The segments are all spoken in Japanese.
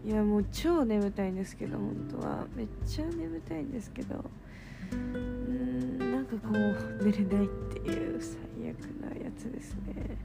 いやもう超眠たいんですけど、本当はめっちゃ眠たいんですけど、なんかこう寝れないっていう最悪なやつですね。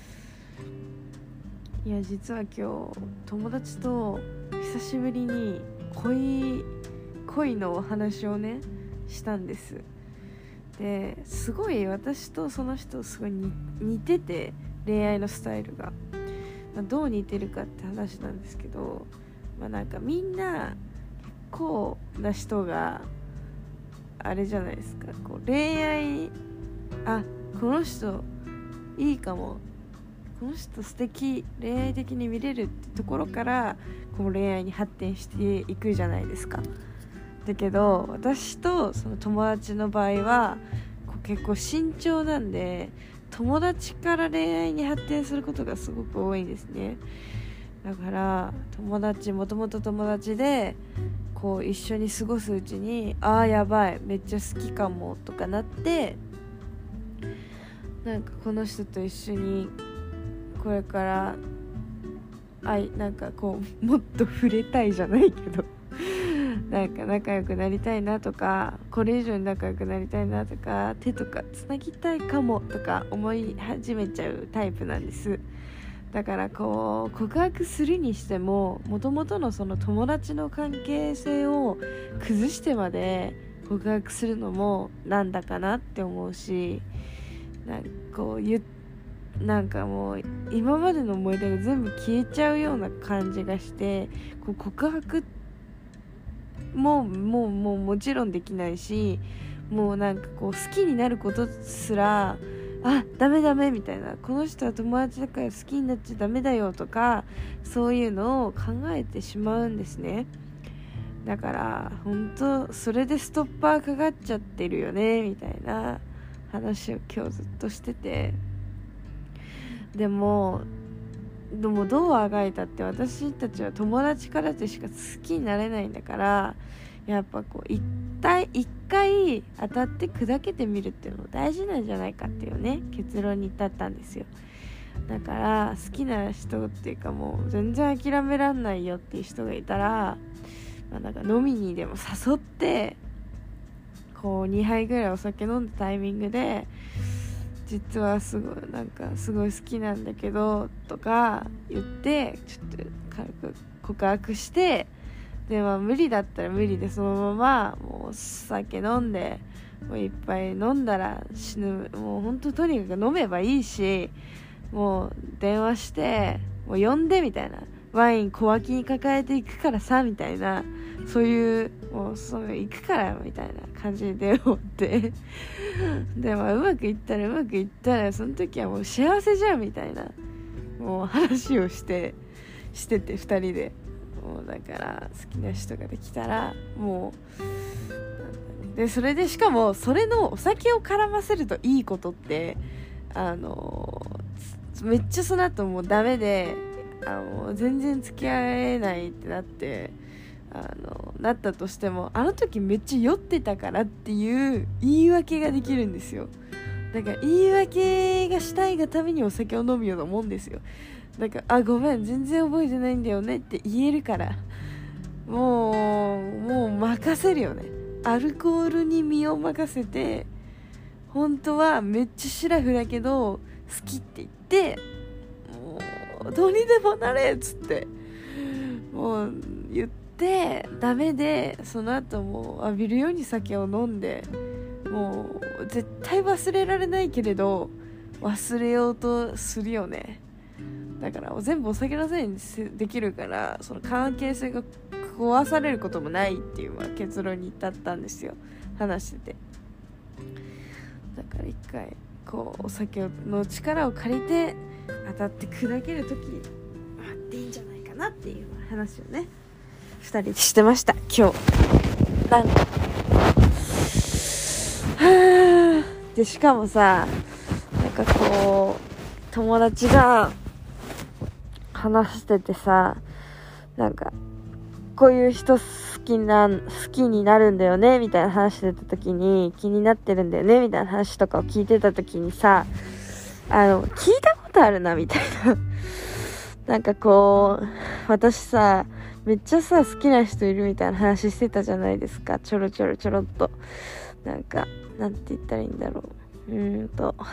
いや実は今日友達と久しぶりに恋のお話をねしたんです。ですごい私とその人すごい似てて、恋愛のスタイルが、どう似てるかって話なんですけど、なんかみんな結構な人があれじゃないですか、こう恋愛、この人いいかも、この人素敵、恋愛的に見れるってところからこう恋愛に発展していくじゃないですか。だけど私とその友達の場合は結構慎重なんで、友達から恋愛に発展することがすごく多いんですね。だからもともと友達でこう一緒に過ごすうちに、やばいめっちゃ好きかもとかなって、なんかこの人と一緒にこれからなんかこうもっと触れたいじゃないけどなんか仲良くなりたいなとか、これ以上に仲良くなりたいなとか、手とかつなぎたいかもとか思い始めちゃうタイプなんです。だからこう告白するにしても、元々のその友達の関係性を崩してまで告白するのもなんだかなって思うし、なんかもう今までの思い出が全部消えちゃうような感じがして、こう告白ももちろんできないし、もうなんかこう好きになることすらダメみたいな、この人は友達だから好きになっちゃダメだよとか、そういうのを考えてしまうんですね。だから本当それでストッパーかかっちゃってるよねみたいな話を今日ずっとしてて、でもどうあがいたって私たちは友達からでしか好きになれないんだから、やっぱこう一回当たって砕けてみるっていうのも大事なんじゃないかっていうね結論に至ったんですよ。だから好きな人っていうか、もう全然諦めらんないよっていう人がいたら、なんか飲みにでも誘って、こう2杯ぐらいお酒飲んだタイミングで、実はすごい好きなんだけどとか言って、ちょっと軽く告白して、で無理だったら無理でそのままもう酒飲んで、もういっぱい飲んだら死ぬ、もう本当とにかく飲めばいいし、もう電話してもう呼んでみたいな、ワイン小脇に抱えていくからさみたいな、そういうもう行くからみたいな感じで思ってでうまくいったらその時はもう幸せじゃんみたいな、もう話をしてて2人で、もうだから好きな人ができたらもうで、それでしかもそれのお酒を絡ませるといいことって、めっちゃその後もうダメで、もう全然付き合えないってなって、なったとしても、あの時めっちゃ酔ってたからっていう言い訳ができるんですよ。だから言い訳がしたいがためにお酒を飲むようなもんですよ。だからごめん全然覚えてないんだよねって言えるから、もう任せるよね。アルコールに身を任せて、本当はめっちゃシラフだけど好きって言って、もうどうにでもなれっつってもう言ってダメで、その後もう浴びるように酒を飲んで、もう絶対忘れられないけれど忘れようとするよね。だから全部お酒のせいにできるから、その関係性が壊されることもないっていう結論に至ったんですよ、話してて。だから一回こうお酒の力を借りて当たって砕けるときあっていいんじゃないかなっていう話をね2人でしてました今日。でしかもさ、なんかこう友達が話しててさ、なんかこういう人好きになるんだよねみたいな話してた時に、気になってるんだよねみたいな話とかを聞いてた時にさ、聞いたことあるなみたいななんかこう私さめっちゃさ好きな人いるみたいな話してたじゃないですか。ちょろっとなんかなんて言ったらいいんだろう。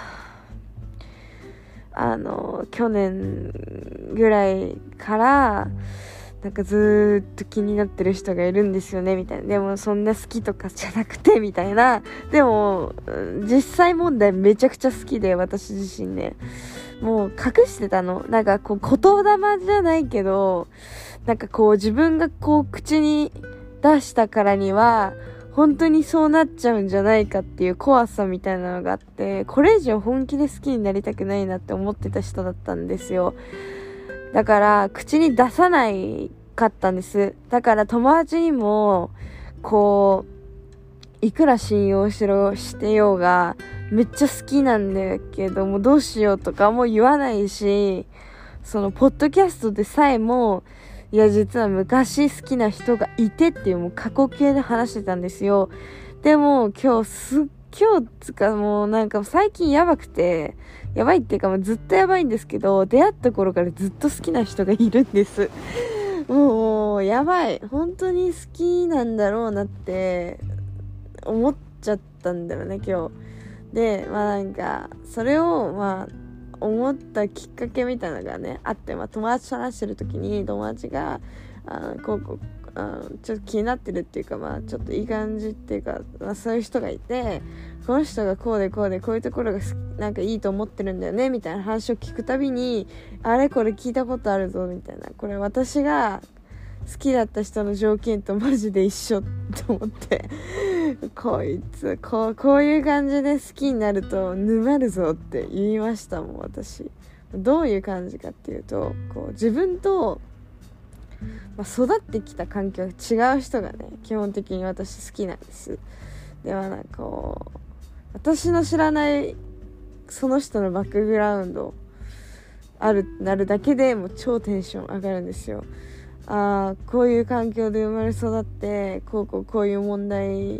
去年ぐらいからなんかずーっと気になってる人がいるんですよねみたいな。でもそんな好きとかじゃなくてみたいな。でも実際問題めちゃくちゃ好きで、私自身ねもう隠してたの。なんかこう言霊じゃないけど、なんかこう自分がこう口に出したからには本当にそうなっちゃうんじゃないかっていう怖さみたいなのがあって、これ以上本気で好きになりたくないなって思ってた人だったんですよ。だから口に出さないかったんです。だから友達にもこういくら信用してようがめっちゃ好きなんだけどもどうしようとかも言わないし、そのポッドキャストでさえもいや実は昔好きな人がいてっていうもう過去形で話してたんですよ。でも今日つかもうなんか最近やばいっていうかもうずっとやばいんですけど、出会った頃からずっと好きな人がいるんですもうやばい、本当に好きなんだろうなって思っちゃったんだよね今日で。なんかそれを思ったきっかけみたいなのがねあって、友達と話してる時に友達がちょっと気になってるっていうかちょっといい感じっていうか、そういう人がいて、この人がこうでこういうところがなんかいいと思ってるんだよねみたいな話を聞くたびに、あれこれ聞いたことあるぞみたいな、これ私が好きだった人の条件とマジで一緒と思ってこいつこういう感じで好きになると沼るぞって言いましたもん。私どういう感じかっていうと、こう自分と、育ってきた環境が違う人がね基本的に私好きなんです。ではなんかこう私の知らないその人のバックグラウンドなるだけでもう超テンション上がるんですよ。こういう環境で生まれ育ってこういう問題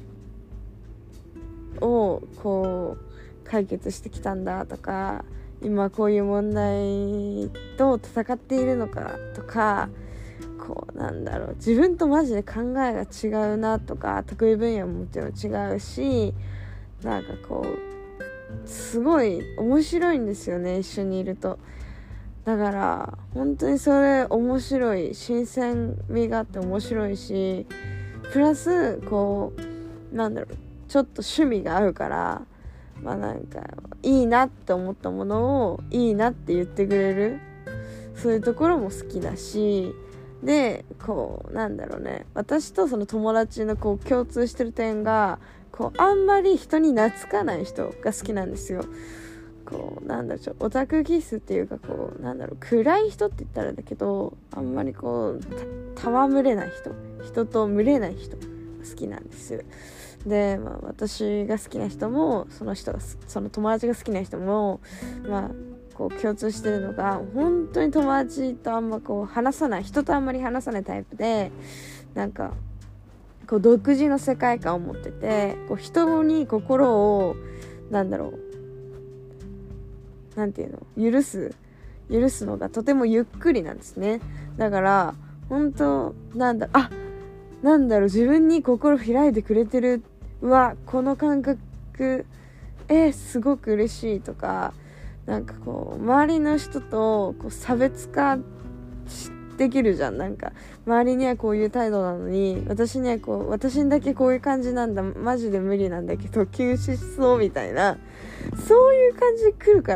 をこう解決してきたんだとか、今こういう問題と戦っているのかとか、こうなんだろう、自分とマジで考えが違うなとか、得意分野ももちろん違うし、なんかこうすごい面白いんですよね一緒にいると。だから本当にそれ面白い、新鮮味があって面白いし、プラスこうなんだろう、ちょっと趣味が合うから、なんかいいなって思ったものをいいなって言ってくれる、そういうところも好きだし、でこうなんだろうね、私とその友達のこう共通してる点が、こうあんまり人に懐かない人が好きなんですよ。こうなんだろう、オタク気質っていうか、こうなんだろう、暗い人って言ったらだけど、あんまりこう戯れない人と群れない人が好きなんです。で、私が好きな人もその友達が好きな人もこう共通してるのが、本当に友達とあんまこう人とあんまり話さないタイプで、なんかこう独自の世界観を持ってて、こう人に心をなんだろう、なんていうの、許すのがとてもゆっくりなんですね。だから本当なんだろう、自分に心開いてくれてる、この感覚すごく嬉しいとか、なんかこう周りの人とこう差別化できるじゃん。なんか周りにはこういう態度なのに、私にだけこういう感じなんだ、マジで無理なんだけど休止しそうみたいな、そういう感じで来るから、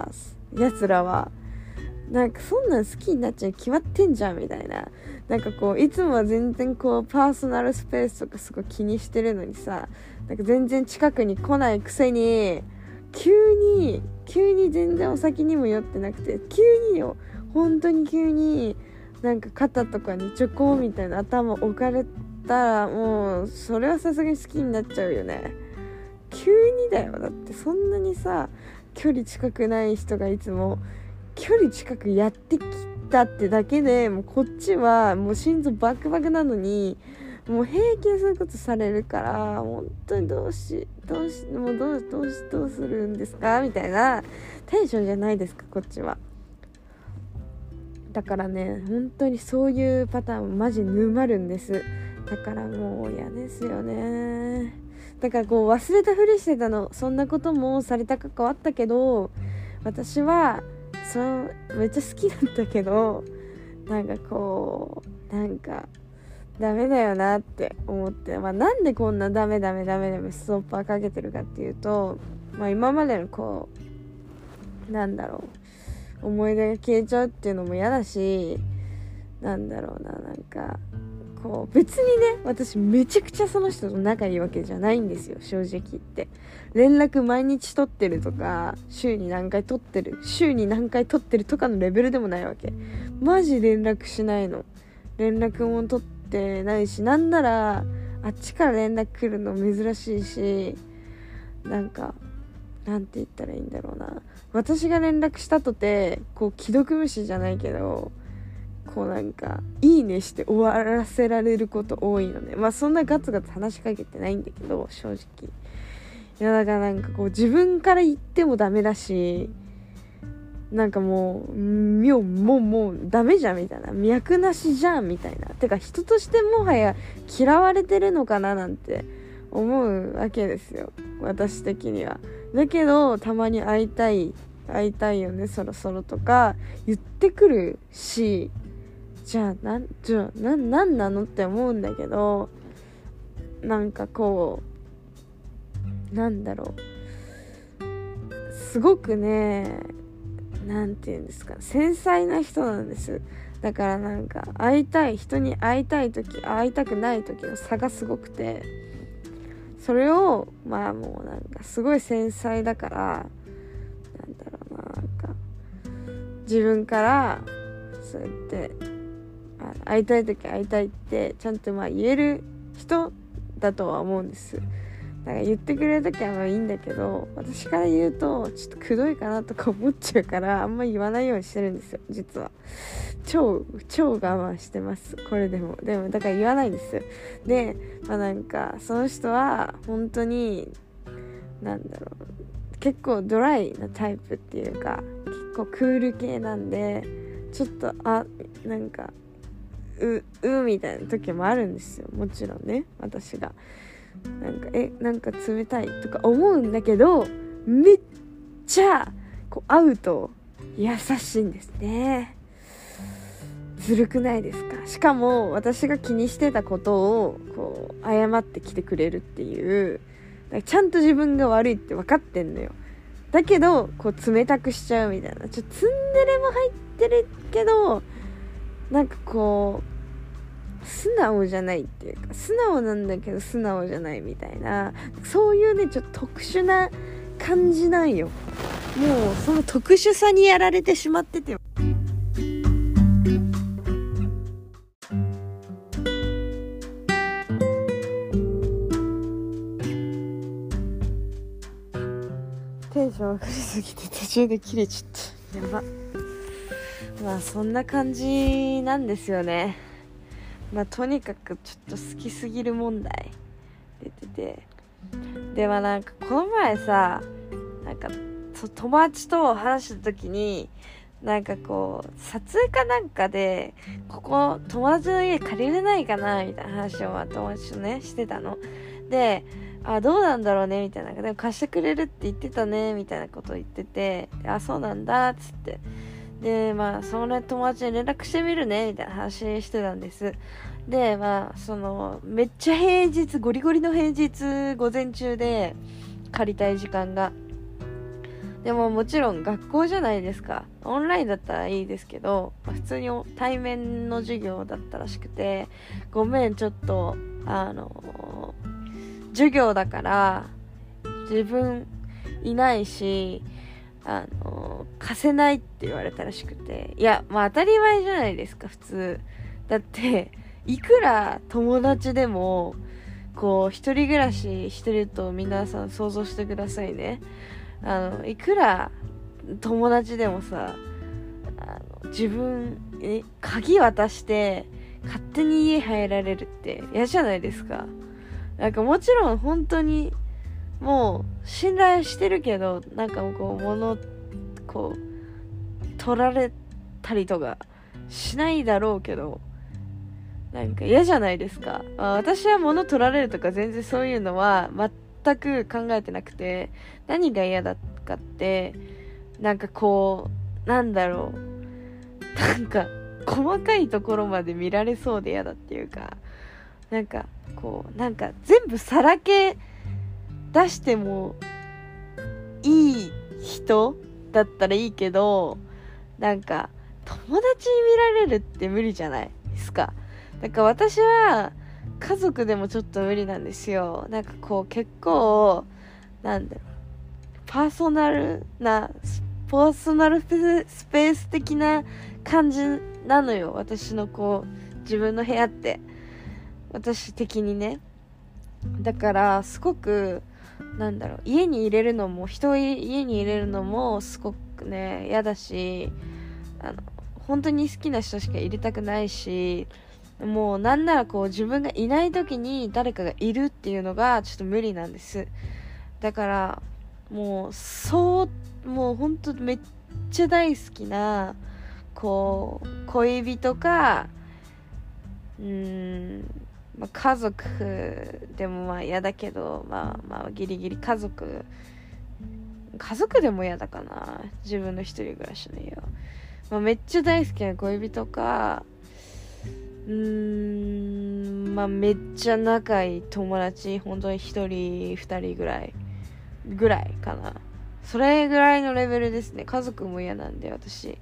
奴らはなんかそんなん好きになっちゃうに決まってんじゃんみたいな。なんかこういつもは全然こうパーソナルスペースとかすごい気にしてるのにさ、なんか全然近くに来ないくせに急に全然お酒にも酔ってなくて、本当に急になんか肩とかにチョコみたいな頭置かれたら、もうそれはさすがに好きになっちゃうよね。急にだよ。だってそんなにさ距離近くない人がいつも距離近くやってきたってだけで、もうこっちはもう心臓バクバクなのに、もう平気でそういうことされるから、本当にどうするんですかみたいなテンションじゃないですかこっちは。 だからね、本当にそういうパターンマジ沼るんです。だからもう嫌ですよね。だからこう忘れたふりしてたの。そんなこともされた過去あったけど、私はめっちゃ好きなんだけど、なんかこうダメだよなって思って、なんでこんなダメストッパーかけてるかっていうと、今までのこう思い出が消えちゃうっていうのも嫌だし、こう別にね、私めちゃくちゃその人と仲いいわけじゃないんですよ、正直言って。連絡毎日取ってるとか、週に何回取ってるとかのレベルでもないわけ。マジ連絡しないの。連絡も取ってないし、なんならあっちから連絡来るの珍しいし、なんて言ったらいいんだろうな、私が連絡したとてこう既読無視じゃないけど、こういいねして終わらせられること多いのね。そんなガツガツ話しかけてないんだけど、正直。いやだからこう自分から言ってもダメだし、もうダメじゃんみたいな、脈なしじゃんみたいな、てか人としてもはや嫌われてるのかななんて思うわけですよ、私的には。だけどたまに会いたいよねそろそろとか言ってくるし、じゃあなんなのって思うんだけど、こうすごくね、なんていうんですか、繊細な人なんです。だから人に会いたい時、会いたくない時の差がすごくて、それをもうすごい繊細だから、自分からそうやって会いたい時会いたいってちゃんと言える人だとは思うんです。だから言ってくれる時はいいんだけど、私から言うとちょっとくどいかなとか思っちゃうから、あんま言わないようにしてるんですよ、実は。超我慢してます、これでもだから言わないんですよ。でその人は本当に結構ドライなタイプっていうか、結構クール系なんで、ちょっとみたいな時もあるんですよ、もちろんね。私が冷たいとか思うんだけど、めっちゃこう会うと優しいんですね。ずるくないですか？しかも私が気にしてたことをこう謝ってきてくれるっていう、ちゃんと自分が悪いって分かってんのよ。だけどこう冷たくしちゃうみたいな、ツンデレも入ってるけど、こう素直じゃないっていうか、素直なんだけど素直じゃないみたいな、そういうね、ちょっと特殊な感じなんよ。もうその特殊さにやられてしまってて、テンション上がりすぎて途中で切れちゃった。やば。そんな感じなんですよね。とにかくちょっと好きすぎる問題出てて、でこの前さ、友達と話した時にこう撮影かで、ここ友達の家借りれないかなみたいな話を友達とねしてたので、どうなんだろうねみたいな、でも貸してくれるって言ってたねみたいなことを言ってて、そうなんだっつって、でその友達に連絡してみるねみたいな話してたんです。でめっちゃゴリゴリの平日午前中で借りたい時間が、でももちろん学校じゃないですか。オンラインだったらいいですけど、普通に対面の授業だったらしくて、ごめんちょっと授業だから自分いないし貸せないって言われたらしくて、いや当たり前じゃないですか、普通だって。いくら友達でもこう一人暮らししてると皆さん想像してくださいね。いくら友達でもさ、自分鍵渡して勝手に家入られるって嫌じゃないですか。もちろん本当にもう信頼してるけど、こう物こう取られたりとかしないだろうけど、なんか嫌じゃないですか。私は物取られるとか全然そういうのは全く考えてなくて、何が嫌だかって、なんかこう、なんだろう、なんか細かいところまで見られそうで嫌だっていうか、なんかこう、なんか全部さらけ出してもいい人だったらいいけど、なんか友達に見られるって無理じゃないですか。だから私は家族でもちょっと無理なんですよ。なんかこう結構なんだろう、パーソナルスペース的な感じなのよ、私のこう自分の部屋って、私的にね。だからすごくなんだろう、家に入れるのも人を家に入れるのもすごくね嫌だし、本当に好きな人しか入れたくないし、もうなんならこう自分がいない時に誰かがいるっていうのがちょっと無理なんです。だからもう本当めっちゃ大好きなこう恋人か、家族でもまあ嫌だけど、まあギリギリ家族でも嫌だかな、自分の一人暮らしの家は。めっちゃ大好きな恋人か、めっちゃ仲いい友達、本当に一人二人ぐらいかな。それぐらいのレベルですね。家族も嫌なんで私。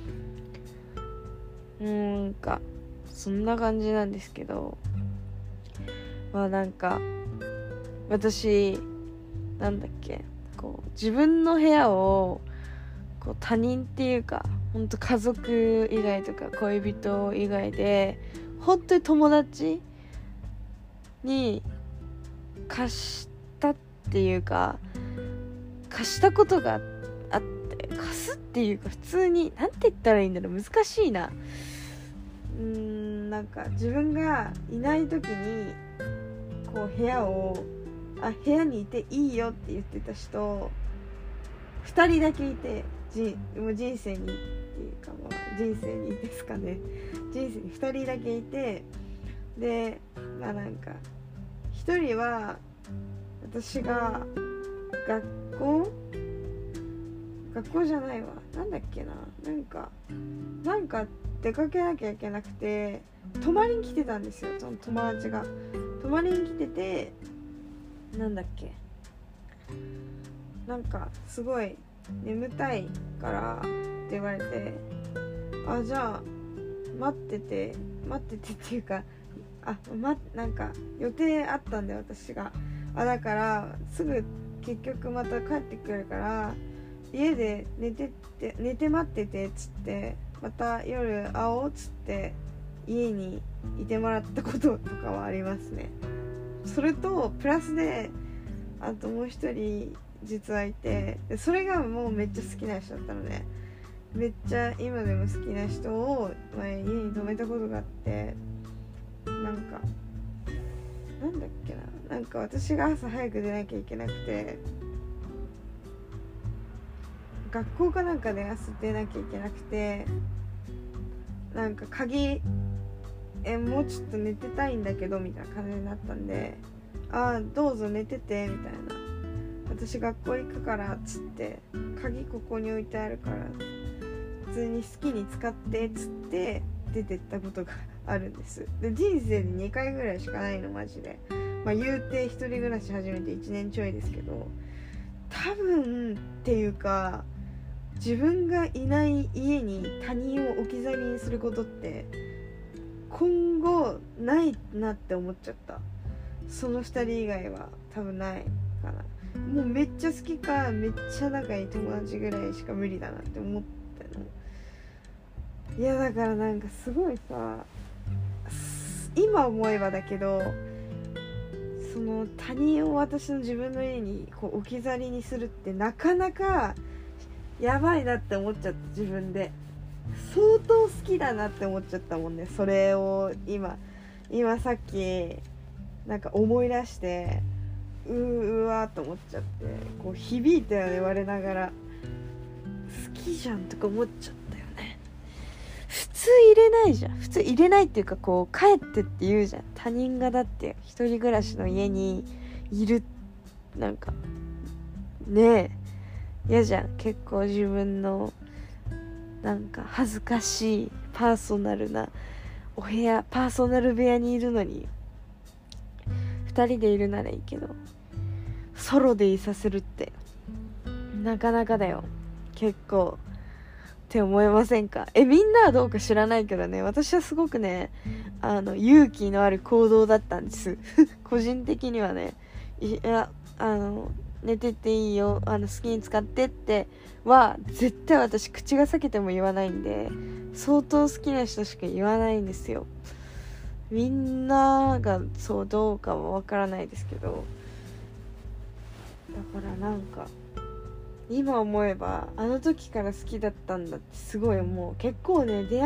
なんかそんな感じなんですけど、なんか私なんだっけ、こう自分の部屋をこう他人っていうか、本当家族以外とか恋人以外で本当に友達に貸したっていうか、貸したことがあって、貸すっていうか普通になんて言ったらいいんだろう、難しいな。なんか自分がいない時にこう部屋にいていいよって言ってた人2人だけいて、もう人生にっていうか、人生にですかね、人生に2人だけいて、でなんか1人は私が学校じゃないわ、なんだっけな、なんか出かけなきゃいけなくて泊まりに来てたんですよ。その友達が泊まりに来てて、なんだっけ、なんかすごい眠たいからって言われて、じゃあ待っててっていうか、なんか予定あったんで私が、だからすぐ結局また帰ってくるから家で寝て待っててっつって、また夜会おうっつって家にいてもらったこととかはありますね。それとプラスであともう一人実はいて、それがもうめっちゃ好きな人だったので、めっちゃ今でも好きな人を前家に泊めたことがあって、なんだっけな、なんか私が朝早く出なきゃいけなくて、学校かなんかで朝出なきゃいけなくて、なんか鍵もうちょっと寝てたいんだけどみたいな感じになったんで、どうぞ寝ててみたいな、私学校行くからっつって、鍵ここに置いてあるから普通に好きに使ってっつって出てったことがあるんです。で人生で2回ぐらいしかないのマジで。言うて一人暮らし始めて1年ちょいですけど、多分っていうか、自分がいない家に他人を置き去りにすることって今後ないなって思っちゃった。その2人以外は多分ないかな。もうめっちゃ好きかめっちゃ仲いい友達ぐらいしか無理だなって思ったの。いやだからなんかすごいさ、今思えばだけど、その他人を私の自分の家にこう置き去りにするってなかなかやばいなって思っちゃった。自分で相当好きだなって思っちゃったもんね。それを今さっきなんか思い出してうわーと思っちゃって、こう響いたよね、我ながら。好きじゃんとか思っちゃったよね。普通入れないじゃん。普通入れないっていうか、こう帰ってって言うじゃん。他人がだって一人暮らしの家にいる、なんかねえ嫌じゃん。結構自分のなんか恥ずかしいパーソナルなお部屋、パーソナル部屋にいるのに2人でいるならいいけど、ソロでいさせるってなかなかだよ。結構って思いませんか？みんなはどうか知らないけどね、私はすごくね、勇気のある行動だったんです個人的にはね。いや、寝てっていいよ、好きに使ってっては絶対私口が裂けても言わないんで、相当好きな人しか言わないんですよ。みんながそうどうかはわからないですけど、だからなんか今思えばあの時から好きだったんだってすごい思う。結構ね、出会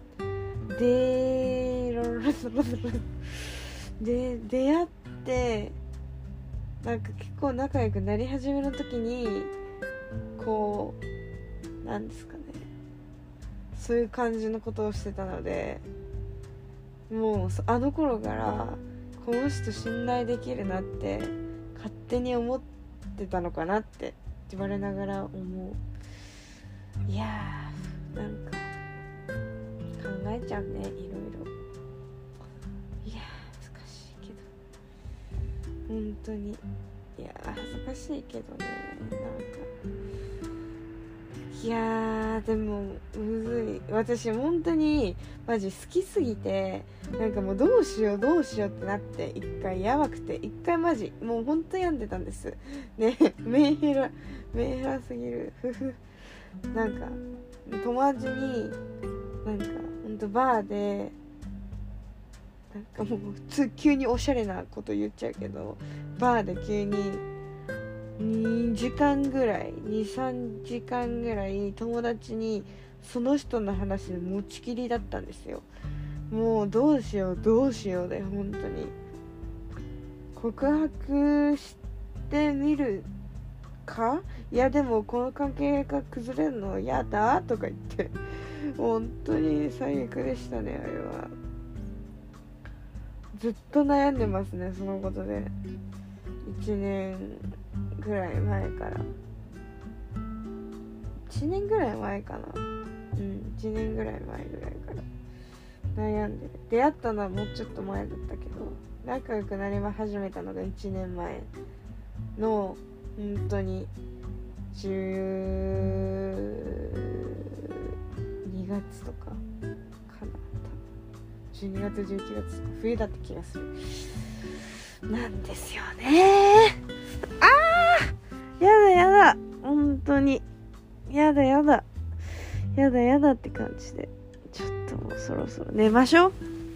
ってなんか結構仲良くなり始めの時にこうなんですかね、そういう感じのことをしてたので、もうあの頃からこの人信頼できるなって勝手に思ってたのかなって言われながら思う。いやー、なんか考えちゃうね、いろいろ。いやー難しいけど、本当に、いやー恥ずかしいけどね、なんかいやーでもむずい。私本当にマジ好きすぎて、なんかもうどうしようってなって、一回やばくて、一回マジもう本当病んでたんですね。メンヘラすぎるなんか友達になんかほんとバーでなんかもう普通急におしゃれなこと言っちゃうけど、バーで急に2時間ぐらい2,3時間ぐらい友達にその人の話で持ちきりだったんですよ。もうどうしようで本当に告白してみるか、いやでもこの関係が崩れるの嫌だとか言って本当に最悪でしたね。あれはずっと悩んでますね、そのことで。1年ぐらい前から1年ぐらい前かな、1年ぐらい前ぐらいから悩んでる。出会ったのはもうちょっと前だったけど、仲良くなり始めたのが1年前の本当に12月とかかな、12月11月とか冬だった気がするなんですよね。やだ本当にやだって感じで、ちょっともうそろそろ寝ましょう。